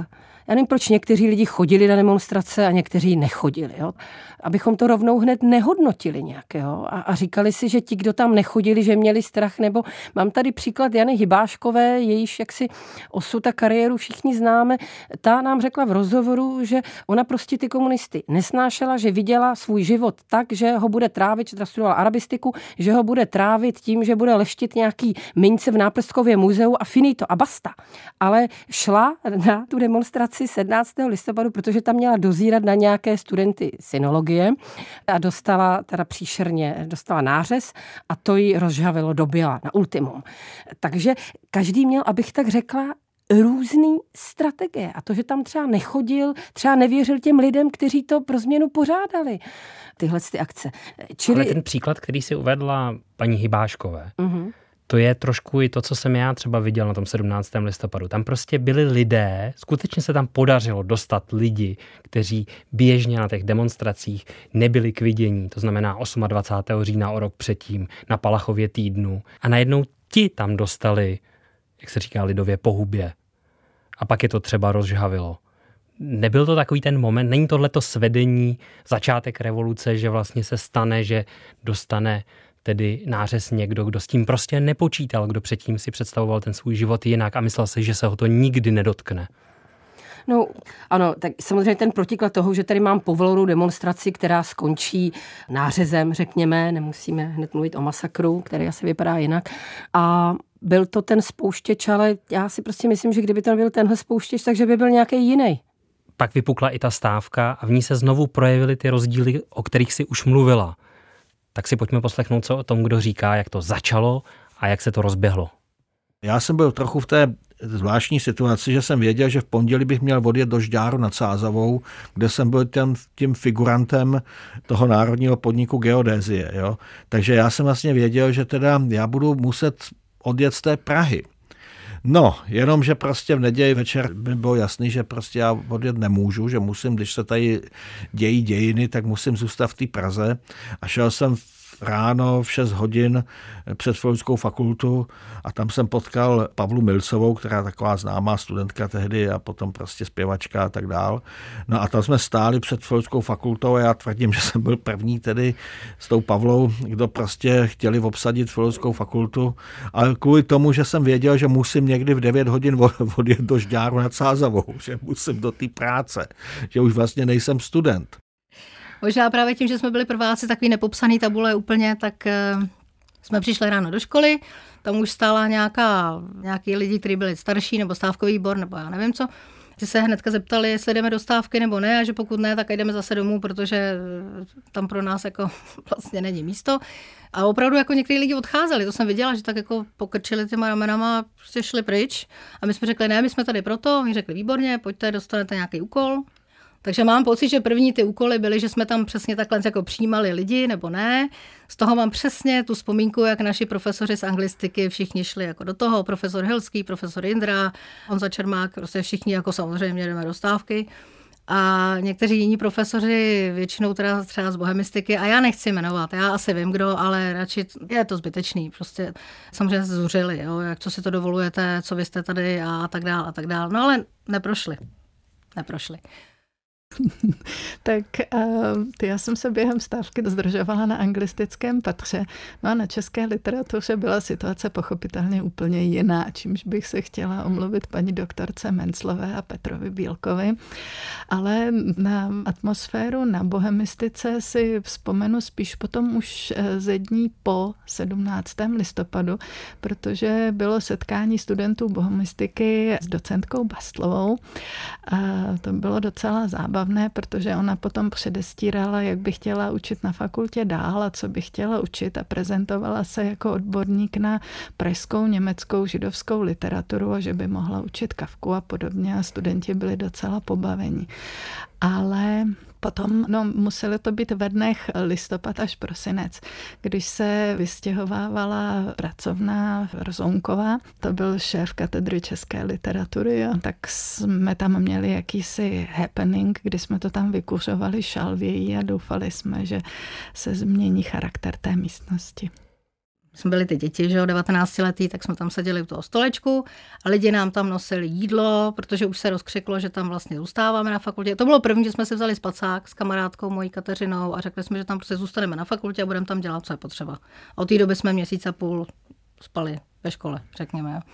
Já nevím, proč někteří lidi chodili na demonstrace a někteří nechodili. Jo? Abychom to rovnou hned nehodnotili nějak. Jo? A říkali si, že ti, kdo tam nechodili, že měli strach. Nebo mám tady příklad Jany Hybáškové, jejíž jaksi osud a kariéru všichni známe. Ta nám řekla v rozhovoru, že ona prostě ty komunisty nesnášela, že viděla svůj život tak, že ho bude trávit, že studovala arabistiku, že ho bude trávit tím, že bude leštit nějaký mince v Náplstkově muzeu a finito a basta. Ale šla na tu demonstraci 17. listopadu, protože tam měla dozírat na nějaké studenty synologie a dostala teda příšerně, dostala nářez a to ji rozžhavilo do běla na ultimum. Takže každý měl, abych tak řekla, různý strategie. A to, že tam třeba nechodil, třeba nevěřil těm lidem, kteří to pro změnu pořádali. Tyhle ty akce. Ale ten příklad, který si uvedla paní Hybáškové, to je trošku i to, co jsem já třeba viděl na tom 17. listopadu. Tam prostě byli lidé, skutečně se tam podařilo dostat lidi, kteří běžně na těch demonstracích nebyli k vidění, to znamená 28. října o rok předtím, na Palachově týdnu. A najednou ti tam dostali, jak se říká lidově, po hubě. A pak je to třeba rozžhavilo. Nebyl to takový ten moment, není tohleto svedení, začátek revoluce, že vlastně se stane, že dostane tedy nářez někdo, kdo s tím prostě nepočítal, kdo předtím si představoval ten svůj život jinak a myslel si, že se ho to nikdy nedotkne. No ano, tak samozřejmě ten protiklad toho, že tady mám povolenou demonstraci, která skončí nářezem, řekněme, nemusíme hned mluvit o masakru, který asi vypadá jinak. A byl to ten spouštěč, ale já si prostě myslím, že kdyby to byl tenhle spouštěč, takže by byl nějaký jiný. Pak vypukla i ta stávka a v ní se znovu projevily ty rozdíly, o kterých si už mluvila. Tak si pojďme poslechnout, co o tom kdo říká, jak to začalo a jak se to rozběhlo. Já jsem byl trochu v té zvláštní situaci, že jsem věděl, že v pondělí bych měl odjet do Žďáru nad Sázavou, kde jsem byl tím figurantem toho národního podniku geodézie. Jo? Takže já jsem vlastně věděl, že teda já budu muset odjet z té Prahy. No, jenom, že prostě v neděli večer by bylo jasný, že prostě já odjet nemůžu, že musím, když se tady dějí dějiny, tak musím zůstat v té Praze. A šel jsem ráno v 6 hodin před Filozofskou fakultu a tam jsem potkal Pavlu Milcovou, která je taková známá studentka tehdy a potom prostě zpěvačka a tak dál. No a tam jsme stáli před Filozofskou fakultou a já tvrdím, že jsem byl první tedy s tou Pavlou, kdo prostě chtěli obsadit Filozofskou fakultu, ale kvůli tomu, že jsem věděl, že musím někdy v 9 hodin odjet do Žďáru nad Sázavou, že musím do té práce, že už vlastně nejsem student. Možná právě tím, že jsme byli prváci, takový nepopsaný tabule úplně, tak jsme přišli ráno do školy, tam už stála nějaký lidi, kteří byli starší, nebo stávkový výbor, nebo já nevím co. Že se hnedka zeptali, jestli jdeme do stávky nebo ne, a že pokud ne, tak jdeme zase domů, protože tam pro nás jako vlastně není místo. A opravdu jako někteří lidi odcházeli, to jsem viděla, že tak jako pokrčili těma ramenama a prostě šli pryč. A my jsme řekli, ne, my jsme tady proto, oni řekli, výborně, pojďte, dostanete nějaký úkol. Takže mám pocit, že první ty úkoly byly, že jsme tam přesně takhle jako přijímali lidi, nebo ne. Z toho mám přesně tu vzpomínku, jak naši profesoři z anglistiky všichni šli jako do toho, profesor Hilský, profesor Jindra, Honza Čermák, prostě všichni jako samozřejmě jdeme do stávky. A někteří jiní profesoři, většinou teda třeba z bohemistiky, a já nechci jmenovat, já asi vím kdo, ale radši je to zbytečný. Prostě samozřejmě se zuřili, jo, jak co si to dovolujete, co vy jste tady a tak dál a tak dál. No ale neprošli. Tak já jsem se během stávky zdržovala na anglistickém patře, no a na české literatuře byla situace pochopitelně úplně jiná, čímž bych se chtěla omluvit paní doktorce Menclové a Petrovi Bílkovi, ale na atmosféru na bohemistice si vzpomenu spíš potom už ze dní po 17. listopadu, protože bylo setkání studentů bohemistiky s docentkou Bastlovou a to bylo docela zábavné, protože ona potom předestírala, jak by chtěla učit na fakultě dál a co by chtěla učit a prezentovala se jako odborník na pražskou, německou, židovskou literaturu a že by mohla učit Kafku a podobně a studenti byli docela pobaveni. Ale potom muselo to být ve dnech listopad až prosinec, když se vystěhovávala pracovna Rozounková, to byl šéf katedry české literatury, a tak jsme tam měli jakýsi happening, kdy jsme to tam vykuřovali šalvějí a doufali jsme, že se změní charakter té místnosti. jsme byli ty děti, že jo, 19letý, tak jsme tam seděli u toho stolečku a lidi nám tam nosili jídlo, protože už se rozkřiklo, že tam vlastně zůstáváme na fakultě. To bylo první, že jsme si vzali spacák s kamarádkou mojí Kateřinou a řekli jsme, že tam prostě zůstaneme na fakultě a budeme tam dělat, co je potřeba. A od té doby jsme měsíc a půl spali ve škole, řekněme. Jo.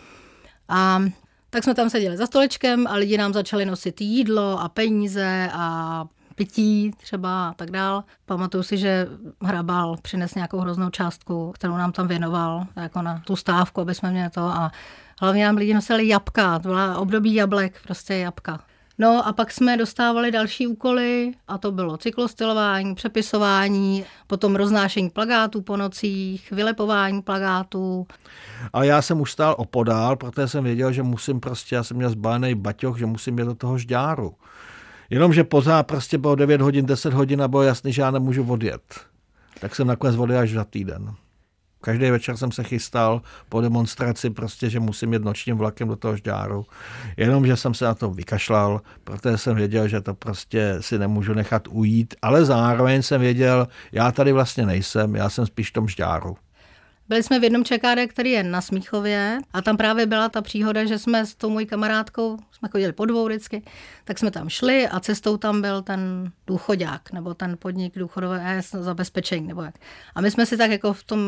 A tak jsme tam seděli za stolečkem a lidi nám začali nosit jídlo a peníze a pití třeba a tak dál. Pamatuju si, že hrabal přines nějakou hroznou částku, kterou nám tam věnoval, jako na tu stávku, aby jsme měli to. A hlavně nám lidi nosili jabka, to byla období jablek, prostě jabka. No a pak jsme dostávali další úkoly a to bylo cyklostylování, přepisování, potom roznášení plakátů po nocích, vylepování plakátů. Ale já jsem už stál opodál, protože jsem věděl, že musím prostě, já jsem měl zbalený baťoch, že musím jít do toho Žďáru. Jenomže pořád prostě bylo 9 hodin, 10 hodin a bylo jasný, že já nemůžu odjet. Tak jsem nakonec odjel až za týden. Každý večer jsem se chystal po demonstraci prostě, že musím jít nočním vlakem do toho Žďáru. Jenomže jsem se na to vykašlal, protože jsem věděl, že to prostě si nemůžu nechat ujít, ale zároveň jsem věděl, já tady vlastně nejsem, já jsem spíš v tom Žďáru. Byli jsme v jednom ČKD, který je na Smíchově a tam právě byla ta příhoda, že jsme s tou mojí kamarádkou, jsme chodili po dvou vždycky, tak jsme tam šli a cestou tam byl ten důchodák nebo ten podnik důchodové zabezpečení nebo jak. A my jsme si tak jako v tom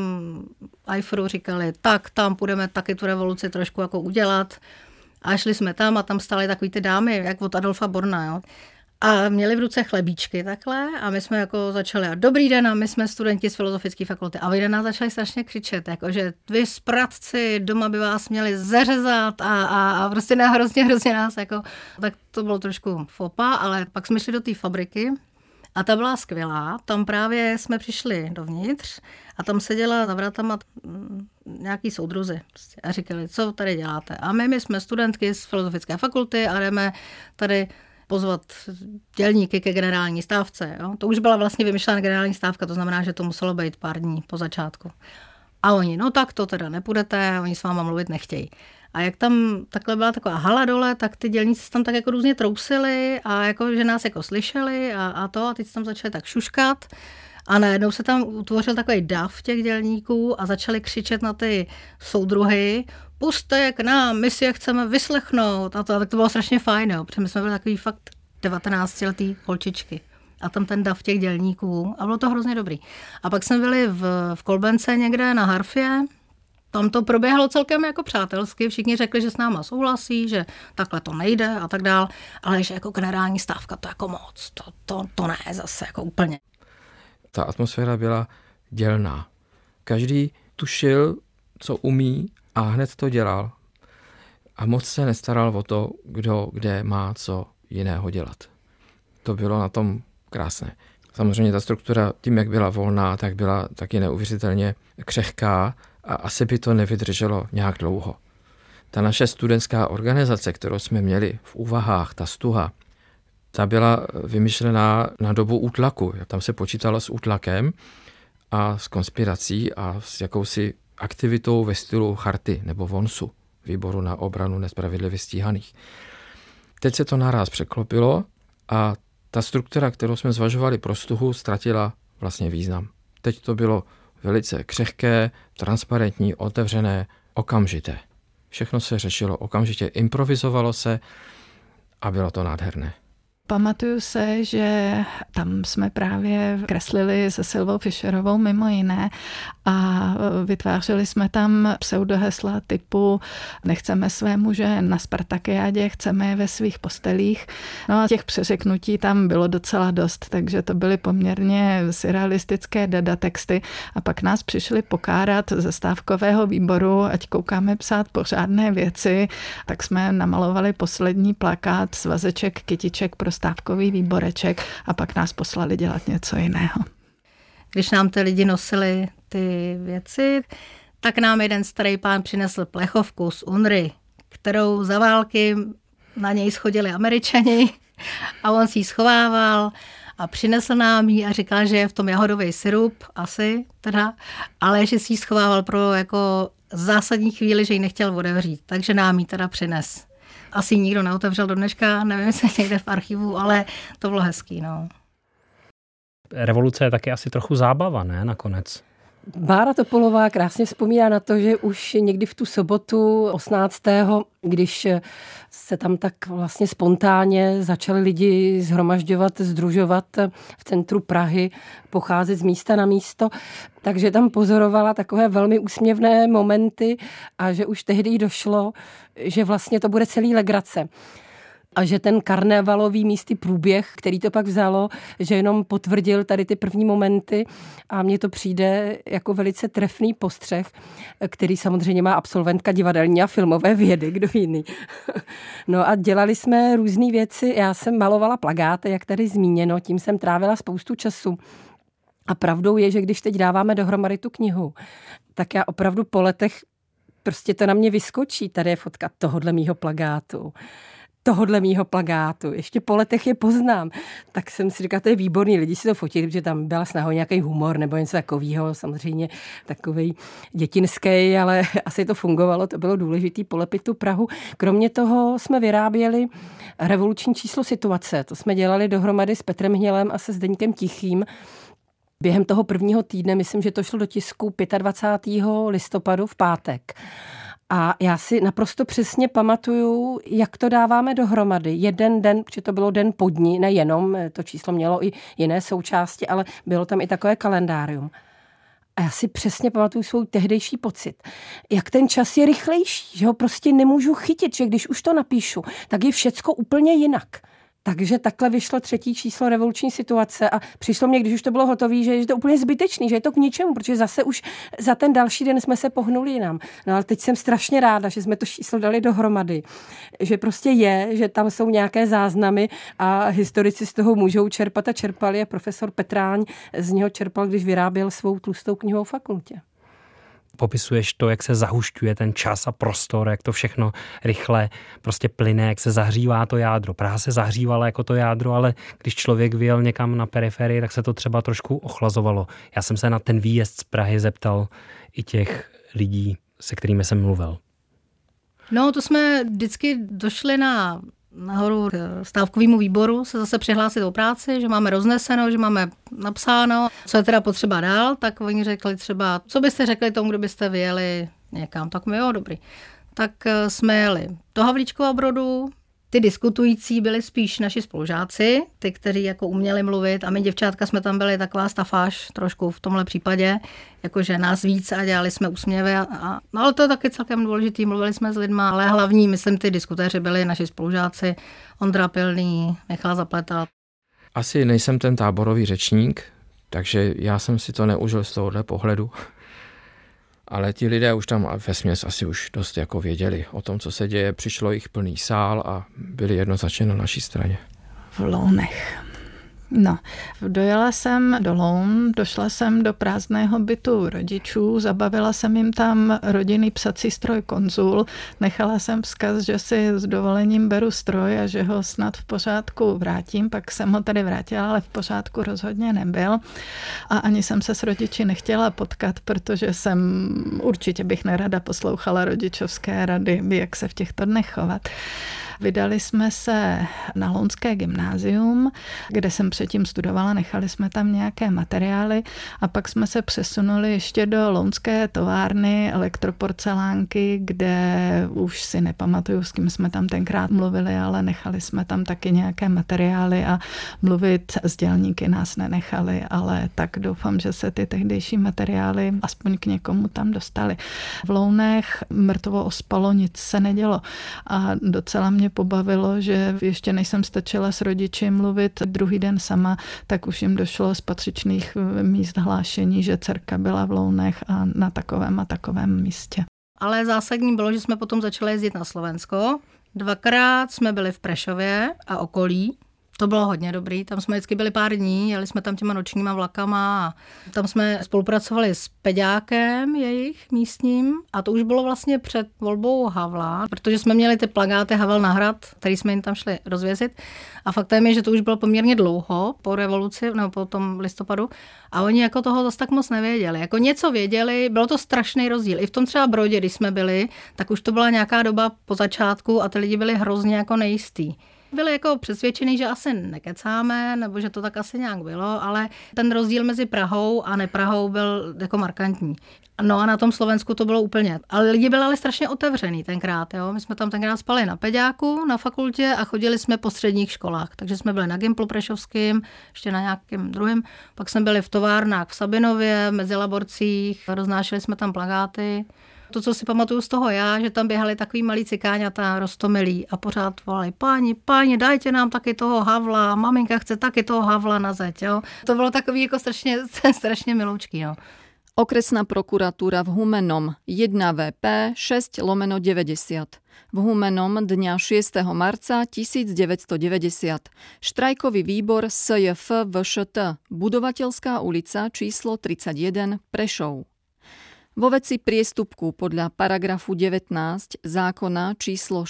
Eiferu říkali, tak tam půjdeme taky tu revoluci trošku jako udělat. A šli jsme tam a tam stály takový ty dámy, jak od Adolfa Borna, jo. A měli v ruce chlebíčky takhle a my jsme jako začali a dobrý den a my jsme studenti z Filozofické fakulty a vy na nás začali strašně křičet, jakože vy spratci doma by vás měli zařezat a prostě hrozně nás jako, tak to bylo trošku fopa, ale pak jsme šli do té fabriky a ta byla skvělá, tam právě jsme přišli dovnitř a tam seděla za vratama nějaký soudruzi prostě, a říkali, co tady děláte a my jsme studentky z Filozofické fakulty a jdeme tady pozvat dělníky ke generální stávce. Jo? To už byla vlastně vymyšlená generální stávka, to znamená, že to muselo být pár dní po začátku. A oni, no tak to teda nepůjdete, oni s váma mluvit nechtějí. A jak tam takhle byla taková hala dole, tak ty dělníci se tam tak jako různě trousili a jako, že nás jako slyšeli a teď se tam začali tak šuškat. A najednou se tam utvořil takový dav těch dělníků a začali křičet na ty soudruhy, pusťte k nám, my si je chceme vyslechnout. A tak to bylo strašně fajn, jo, protože my jsme byli takový fakt 19letý holčičky. A tam ten dav těch dělníků a bylo to hrozně dobrý. A pak jsme byli v Kolbence někde na harfě, tam to proběhlo celkem jako přátelsky, všichni řekli, že s náma souhlasí, že takhle to nejde a tak dál, ale že jako generální stávka to jako moc, to ne zase jako úplně. Ta atmosféra byla dělná. Každý tušil, co umí a hned to dělal. A moc se nestaral o to, kdo kde má co jiného dělat. To bylo na tom krásné. Samozřejmě ta struktura tím, jak byla volná, tak byla taky neuvěřitelně křehká a asi by to nevydrželo nějak dlouho. Ta naše studentská organizace, kterou jsme měli v úvahách, ta Stuha, ta byla vymyšlená na dobu útlaku. Tam se počítalo s útlakem a s konspirací a s jakousi aktivitou ve stylu Charty nebo Vonsu, Výboru na obranu nespravedlivě stíhaných. Teď se to naráz překlopilo a ta struktura, kterou jsme zvažovali pro Stuhu, ztratila vlastně význam. Teď to bylo velice křehké, transparentní, otevřené, okamžité. Všechno se řešilo okamžitě, improvizovalo se a bylo to nádherné. Pamatuju se, že tam jsme právě kreslili se Silvou Fischerovou mimo jiné a vytvářeli jsme tam pseudohesla typu nechceme své muže na Spartakiádě, chceme je ve svých postelích. No a těch přeřeknutí tam bylo docela dost, takže to byly poměrně surrealistické dadatexty a pak nás přišli pokárat ze stávkového výboru, ať koukáme psát pořádné věci, tak jsme namalovali poslední plakát svazeček kytiček pro stávkový výboreček a pak nás poslali dělat něco jiného. Když nám ty lidi nosili ty věci, tak nám jeden starý pán přinesl plechovku z UNRY, kterou za války na něj schodili Američani a on si ji schovával a přinesl nám ji a říkal, že je v tom jahodový sirup, asi teda, ale že si ji schovával pro jako zásadní chvíli, že ji nechtěl otevřít, takže nám ji teda přines. Asi nikdo neotevřel do dneška, nevím, jestli někde v archivu, ale to bylo hezký, no. Revoluce je taky asi trochu zábava, ne, nakonec? Bára Topolová krásně vzpomíná na to, že už někdy v tu sobotu 18., když se tam tak vlastně spontánně začali lidi shromažďovat, sdružovat v centru Prahy, pocházet z místa na místo, takže tam pozorovala takové velmi úsměvné momenty a že už tehdy došlo, že vlastně to bude celý legrace. A že ten karnevalový místý průběh, který to pak vzalo, že jenom potvrdil tady ty první momenty a mně to přijde jako velice trefný postřeh, který samozřejmě má absolventka divadelní a filmové vědy, kdo jiný. No a dělali jsme různé věci, já jsem malovala plakáty, jak tady zmíněno, tím jsem trávila spoustu času. A pravdou je, že když teď dáváme dohromady tu knihu, tak já opravdu po letech prostě to na mě vyskočí. Tady je fotka tohodle mýho plakátu. Ještě po letech je poznám. Tak jsem si říkala, to je výborný, lidi si to fotili, protože tam byla snaha o nějaký humor nebo něco takového, samozřejmě takovej dětinský, ale asi to fungovalo, to bylo důležitý polepit tu Prahu. Kromě toho jsme vyráběli revoluční číslo situace. To jsme dělali dohromady s Petrem Hnělem a se Zdeňkem Tichým. Během toho prvního týdne, myslím, že to šlo do tisku 25. listopadu v pátek. A já si naprosto přesně pamatuju, jak to dáváme dohromady. Jeden den, protože to bylo den po dni, nejenom, to číslo mělo i jiné součásti, ale bylo tam i takové kalendárium. A já si přesně pamatuju svůj tehdejší pocit. Jak ten čas je rychlejší, že ho prostě nemůžu chytit, že když už to napíšu, tak je všecko úplně jinak. Takže takhle vyšlo 3. číslo revoluční situace a přišlo mě, když už to bylo hotové, že je to úplně zbytečný, že je to k ničemu, protože zase už za ten další den jsme se pohnuli jinam. No ale teď jsem strašně ráda, že jsme to číslo dali dohromady. Že prostě že tam jsou nějaké záznamy a historici z toho můžou čerpat a čerpali a profesor Petráň z něho čerpal, když vyráběl svou tlustou knihu o fakultě. Popisuješ to, jak se zahušťuje ten čas a prostor, jak to všechno rychle prostě plyne, jak se zahřívá to jádro. Praha se zahřívala jako to jádro, ale když člověk vyjel někam na periferii, tak se to třeba trošku ochlazovalo. Já jsem se na ten výjezd z Prahy zeptal i těch lidí, se kterými jsem mluvil. No, to jsme vždycky došli nahoru k stávkovému výboru se zase přihlásit o práci, že máme rozneseno, že máme napsáno, co je teda potřeba dál, tak oni řekli třeba, co byste řekli tomu, kdo byste vyjeli někam, tak my jo, dobrý. Tak jsme jeli do Havlíčkova Brodu, ty diskutující byli spíš naši spolužáci, ty, kteří jako uměli mluvit a my děvčátka jsme tam byli taková stafáž trošku v tomhle případě, jakože nás víc a dělali jsme úsměvy no ale to je taky celkem důležitý, mluvili jsme s lidma, ale hlavní, myslím, ty diskutéři byli naši spolužáci, Ondra Pilný, Michal Zapleta. Asi nejsem ten táborový řečník, takže já jsem si to neužil z tohohle pohledu. Ale ti lidé už tam vesměs asi už dost jako věděli o tom, co se děje. Přišlo jich plný sál a byli jednoznačně na naší straně. V Lounech. No, dojela jsem do Loun, došla jsem do prázdného bytu rodičů, zabavila jsem jim tam rodinný psací stroj Konzul, nechala jsem vzkaz, že si s dovolením beru stroj a že ho snad v pořádku vrátím, pak jsem ho tady vrátila, ale v pořádku rozhodně nebyl a ani jsem se s rodiči nechtěla potkat, protože určitě bych nerada poslouchala rodičovské rady, jak se v těchto dnech chovat. Vydali jsme se na Lounské gymnázium, kde jsem předtím studovala, nechali jsme tam nějaké materiály a pak jsme se přesunuli ještě do Lounské továrny elektroporcelánky, kde už si nepamatuju, s kým jsme tam tenkrát mluvili, ale nechali jsme tam taky nějaké materiály a mluvit s dělníky nás nenechali, ale tak doufám, že se ty tehdejší materiály aspoň k někomu tam dostali. V Lounech mrtvo ospalo, nic se nedělo a docela mě pobavilo, že ještě než jsem stačila s rodiči mluvit druhý den sama, tak už jim došlo z patřičných míst hlášení, že dcerka byla v Lounech a na takovém a takovém místě. Ale zásadní bylo, že jsme potom začali jezdit na Slovensko. 2krát jsme byli v Prešově a okolí. To bylo hodně dobrý, tam jsme vždycky byli pár dní, jeli jsme tam těma nočníma vlakama a tam jsme spolupracovali s peďákem jejich místním a to už bylo vlastně před volbou Havla, protože jsme měli ty plakáty Havel na hrad, který jsme jim tam šli rozvěsit a faktem je, že to už bylo poměrně dlouho po revoluci, nebo po tom listopadu a oni jako toho zase tak moc nevěděli. Jako něco věděli, bylo to strašný rozdíl. I v tom třeba Brodě, když jsme byli, tak už to byla nějaká doba po začátku a ty lidi byli hrozně jako nejistý. byli jako přesvědčení, že asi nekecáme, nebo že to tak asi nějak bylo, ale ten rozdíl mezi Prahou a neprahou byl jako markantní. No a na tom Slovensku to bylo úplně. Ale lidi byli ale strašně otevřený tenkrát. Jo? My jsme tam tenkrát spali na peďáku, na fakultě a chodili jsme po středních školách. Takže jsme byli na Gimplu prešovským, ještě na nějakém druhém. Pak jsme byli v továrnách v Sabinově, v Mezilaborcích, roznášeli jsme tam plakáty. To, co si pamatuju z toho já, že tam běhali takový malí cikáňata, roztomilí a pořád volali, páni, dajte nám taky toho Havla, maminka chce taky toho Havla na zeď. Jo? To bylo takový jako strašně miloučký. Jo. Okresná prokuratúra v Humennom 1 VP 6/90. V Humennom dňa 6. marca 1990. Štrajkový výbor SJF VŠT, Budovateľská ulica číslo 31 Prešov. Vo veci priestupku podľa paragrafu 19 zákona číslo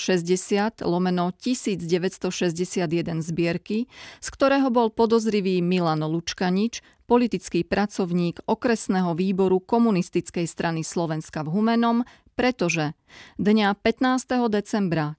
60/1961 zbierky, z ktorého bol podozrivý Milan Lučkanič, politický pracovník okresného výboru Komunistickej strany Slovenska v Humennom, pretože dňa 15. decembra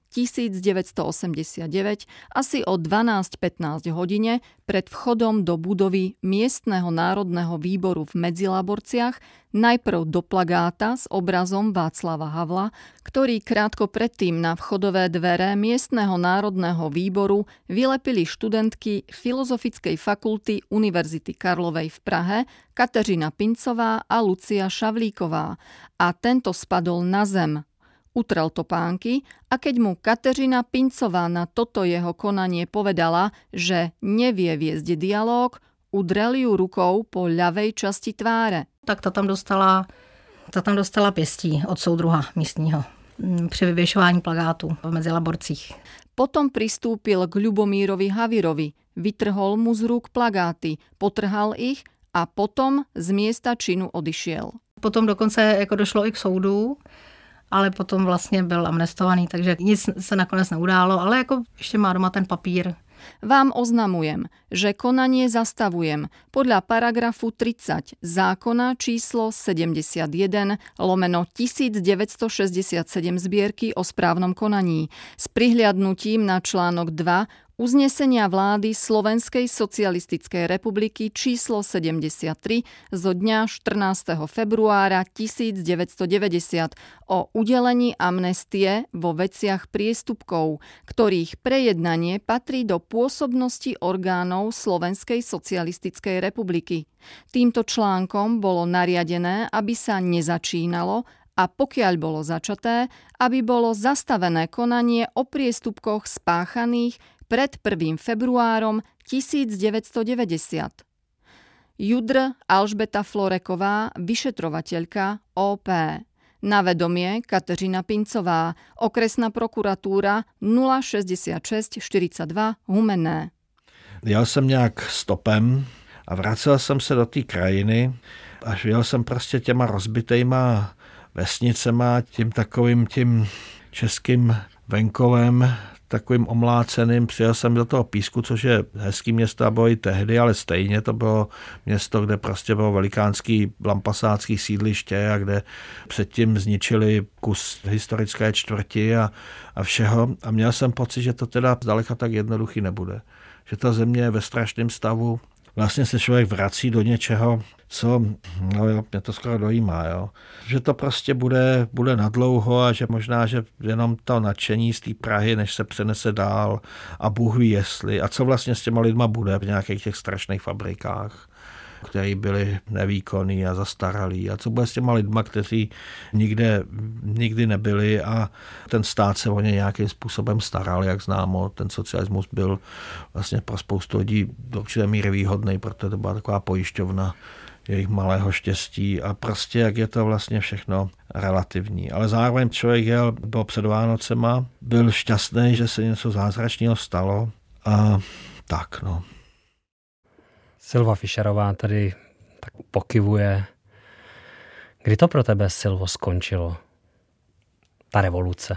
1989 asi o 12:15 hodine pred vchodom do budovy Miestneho národného výboru v Medzilaborciach najprv do plagáta s obrazom Václava Havla, ktorý krátko predtým na vchodové dvere Miestneho národného výboru vylepili študentky Filozofickej fakulty Univerzity Karlovej v Prahe Kateřina Pincová a Lucia Šavlíková a tento spadol na zem. Utrel topánky a keď mu Kateřina Pincová na toto jeho konanie povedala, že nevie viesť dialóg, udrel ju rukou po ľavej časti tváre. Tak ta tam dostala pěstí od soudruha místního při vyvěšování plakátů v Mezilaborcích. Potom pristúpil k Ľubomírovi Havirovi, vytrhol mu z rúk plagáty, potrhal ich a potom z miesta činu odišiel. Potom dokonce jako došlo i k soudu, ale potom vlastně byl amnestovaný, takže nic se nakonec neudálo, ale jako ještě má doma ten papír. Vám oznamujem, že konanie zastavujem podľa paragrafu 30 zákona číslo 71/1967 zbierky o správnom konaní s prihliadnutím na článok 2 uznesenia vlády Slovenskej socialistickej republiky číslo 73 zo dňa 14. februára 1990 o udelení amnestie vo veciach priestupkov, ktorých prejednanie patrí do pôsobnosti orgánov Slovenskej socialistickej republiky. Týmto článkom bolo nariadené, aby sa nezačínalo a pokiaľ bolo začaté, aby bolo zastavené konanie o priestupkoch spáchaných pred 1. februárom 1990. Judr Alžbeta Floreková, vyšetrovateľka OP. Na vedomie Kateřina Pincová, okresná prokuratúra 066 42 Humenné. Jel jsem nějak stopem a vracel jsem se do té krajiny a jel jsem prostě těma rozbitejma vesnicema, tím takovým tím českým venkovem, takovým omláceným. Přijel jsem do toho Písku, což je hezký město a bylo i tehdy, ale stejně to bylo město, kde prostě bylo velikánský lampasácký sídliště a kde předtím zničili kus historické čtvrti a všeho. A měl jsem pocit, že to teda zdaleka tak jednoduchý nebude. Že ta země je ve strašném stavu. Vlastně se člověk vrací do něčeho, co, no jo, mě to skoro dojímá, jo. Že to prostě bude nadlouho a že možná, že jenom to nadšení z té Prahy, než se přenese dál a Bůh ví jestli. A co vlastně s těma lidma bude v nějakých těch strašných fabrikách, které byly nevýkonný a zastaralý. A co bude s těma lidma, kteří nikdy nebyli a ten stát se o ně nějakým způsobem staral, jak známo. Ten socialismus byl vlastně pro spoustu lidí do určité míry výhodný, protože to byla taková pojišťovna jejich malého štěstí a prostě jak je to vlastně všechno relativní. Ale zároveň člověk byl před Vánocema, byl šťastný, že se něco zázračného stalo a tak no. Silva Fischerová tady tak pokyvuje. Kdy to pro tebe, Silvo, skončilo? Ta revoluce.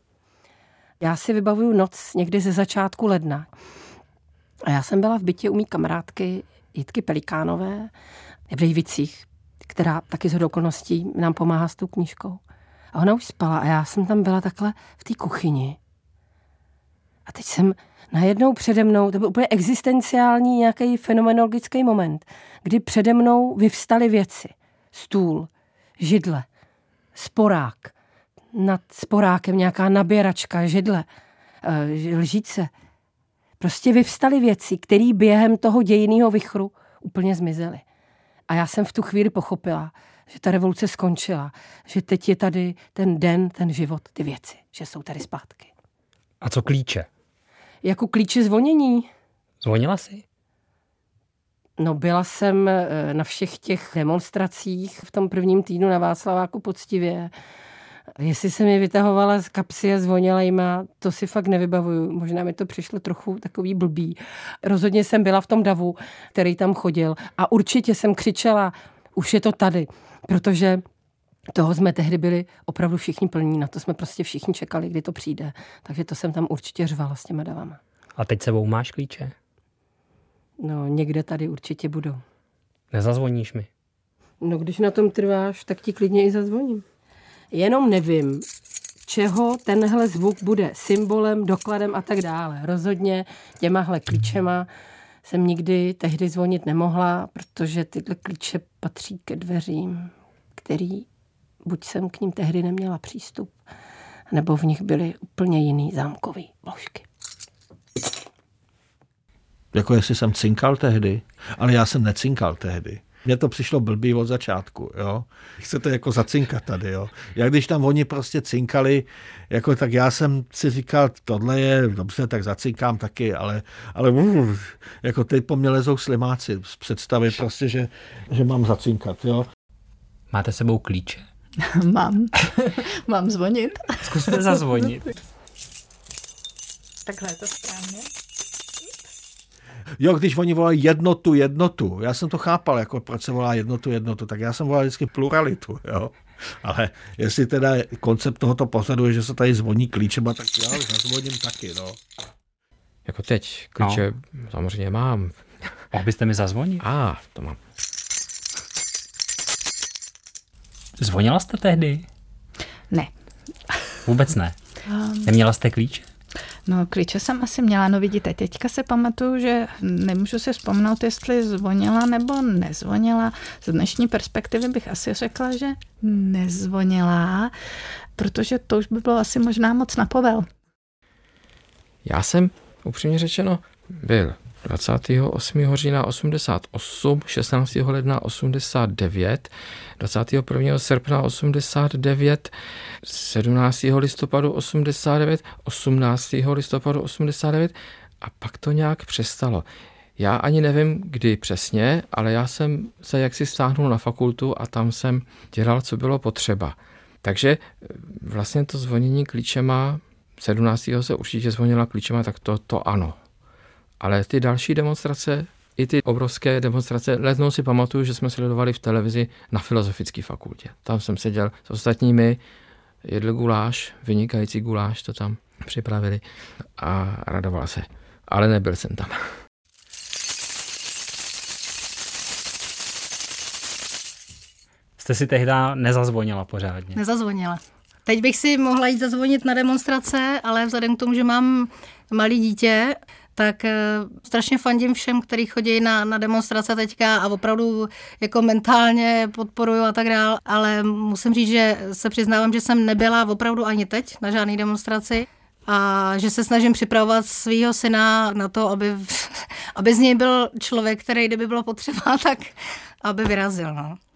Já si vybavuju noc někdy ze začátku ledna. A já jsem byla v bytě u mý kamarádky Jitky Pelikánové v Rejvicích, která taky shodou okolností nám pomáhá s tou knížkou. A ona už spala a já jsem tam byla takhle v té kuchyni. A teď jsem najednou přede mnou, to byl úplně existenciální nějaký fenomenologický moment, kdy přede mnou vyvstaly věci. Stůl, židle, sporák, nad sporákem nějaká naběračka, židle, lžíce. Prostě vyvstaly věci, které během toho dějinného vichru úplně zmizely. A já jsem v tu chvíli pochopila, že ta revoluce skončila, že teď je tady ten den, ten život, ty věci, že jsou tady zpátky. A co klíče? Jako klíče zvonění. Zvonila jsi? No, byla jsem na všech těch demonstracích v tom prvním týdnu na Václaváku poctivě. Jestli jsem je vytahovala z kapsy a zvonila jima, to si fakt nevybavuju. Možná mi to přišlo trochu takový blbý. Rozhodně jsem byla v tom davu, který tam chodil. A určitě jsem křičela, už je to tady. Protože toho jsme tehdy byli opravdu všichni plní. Na to jsme prostě všichni čekali, kdy to přijde. Takže to jsem tam určitě řvala s těma davama. A teď sebou máš klíče? No, někde tady určitě budou. Nezazvoníš mi? No, když na tom trváš, tak ti klidně i zazvoním. Jenom nevím, čeho tenhle zvuk bude symbolem, dokladem a tak dále. Rozhodně těmahle klíčema jsem nikdy tehdy zvonit nemohla, protože tyhle klíče patří ke dveřím, který buď jsem k ním tehdy neměla přístup, nebo v nich byly úplně jiný zámkový vložky. Jako jestli jsem cinkal tehdy, ale já jsem necinkal tehdy. Mně to přišlo blbý od začátku, jo. Chcete jako zacinkat tady, jo. Jak když tam oni prostě cinkali, jako tak já jsem si říkal, tohle je dobře, tak zacinkám taky, ale jako teď po mně lezou slimáci z představy prostě, že mám zacinkat, jo. Máte sebou klíče? Mám. Mám zvonit. Zkuste zazvonit. Takhle je to správně. Jo, když oni volají jednotu, já jsem to chápal, jako proč se volá jednotu, tak já jsem volal vždycky pluralitu, jo. Ale jestli teda koncept tohoto pořadu je, že se tady zvoní klíčema, tak já zazvoním taky, no. Jako teď klíče samozřejmě mám. Mohl byste mi zazvonit? To mám. Zvonila jste tehdy? Ne. Vůbec ne? Neměla jste klíče? No, klíče jsem asi měla, no vidíte, teďka se pamatuju, že nemůžu si vzpomenout, jestli zvonila nebo nezvonila. Z dnešní perspektivy bych asi řekla, že nezvonila, protože to už by bylo asi možná moc na povel. Já jsem, upřímně řečeno, byl 28. října 88, 16. ledna 89, 21. srpna 89, 17. listopadu 89, 18. listopadu 89 a pak to nějak přestalo. Já ani nevím, kdy přesně, ale já jsem se jaksi stáhnul na fakultu a tam jsem dělal, co bylo potřeba. Takže vlastně to zvonění klíčema, 17. se určitě zvonila klíčema, tak to ano. Ale ty další demonstrace, i ty obrovské demonstrace, letnou si pamatuju, že jsme sledovali v televizi na Filozofické fakultě. Tam jsem seděl s ostatními, jedl guláš, vynikající guláš to tam připravili a radoval se. Ale nebyl jsem tam. Jste si tehdy nezazvonila pořádně? Nezazvonila. Teď bych si mohla jít zazvonit na demonstrace, ale vzhledem k tomu, že mám malý dítě, tak strašně fandím všem, kteří chodí na demonstrace teďka a opravdu jako mentálně podporuju a tak dál, ale musím říct, že se přiznávám, že jsem nebyla opravdu ani teď na žádné demonstraci a že se snažím připravovat svýho syna na to, aby z něj byl člověk, který kdyby bylo potřeba, tak aby vyrazil. No.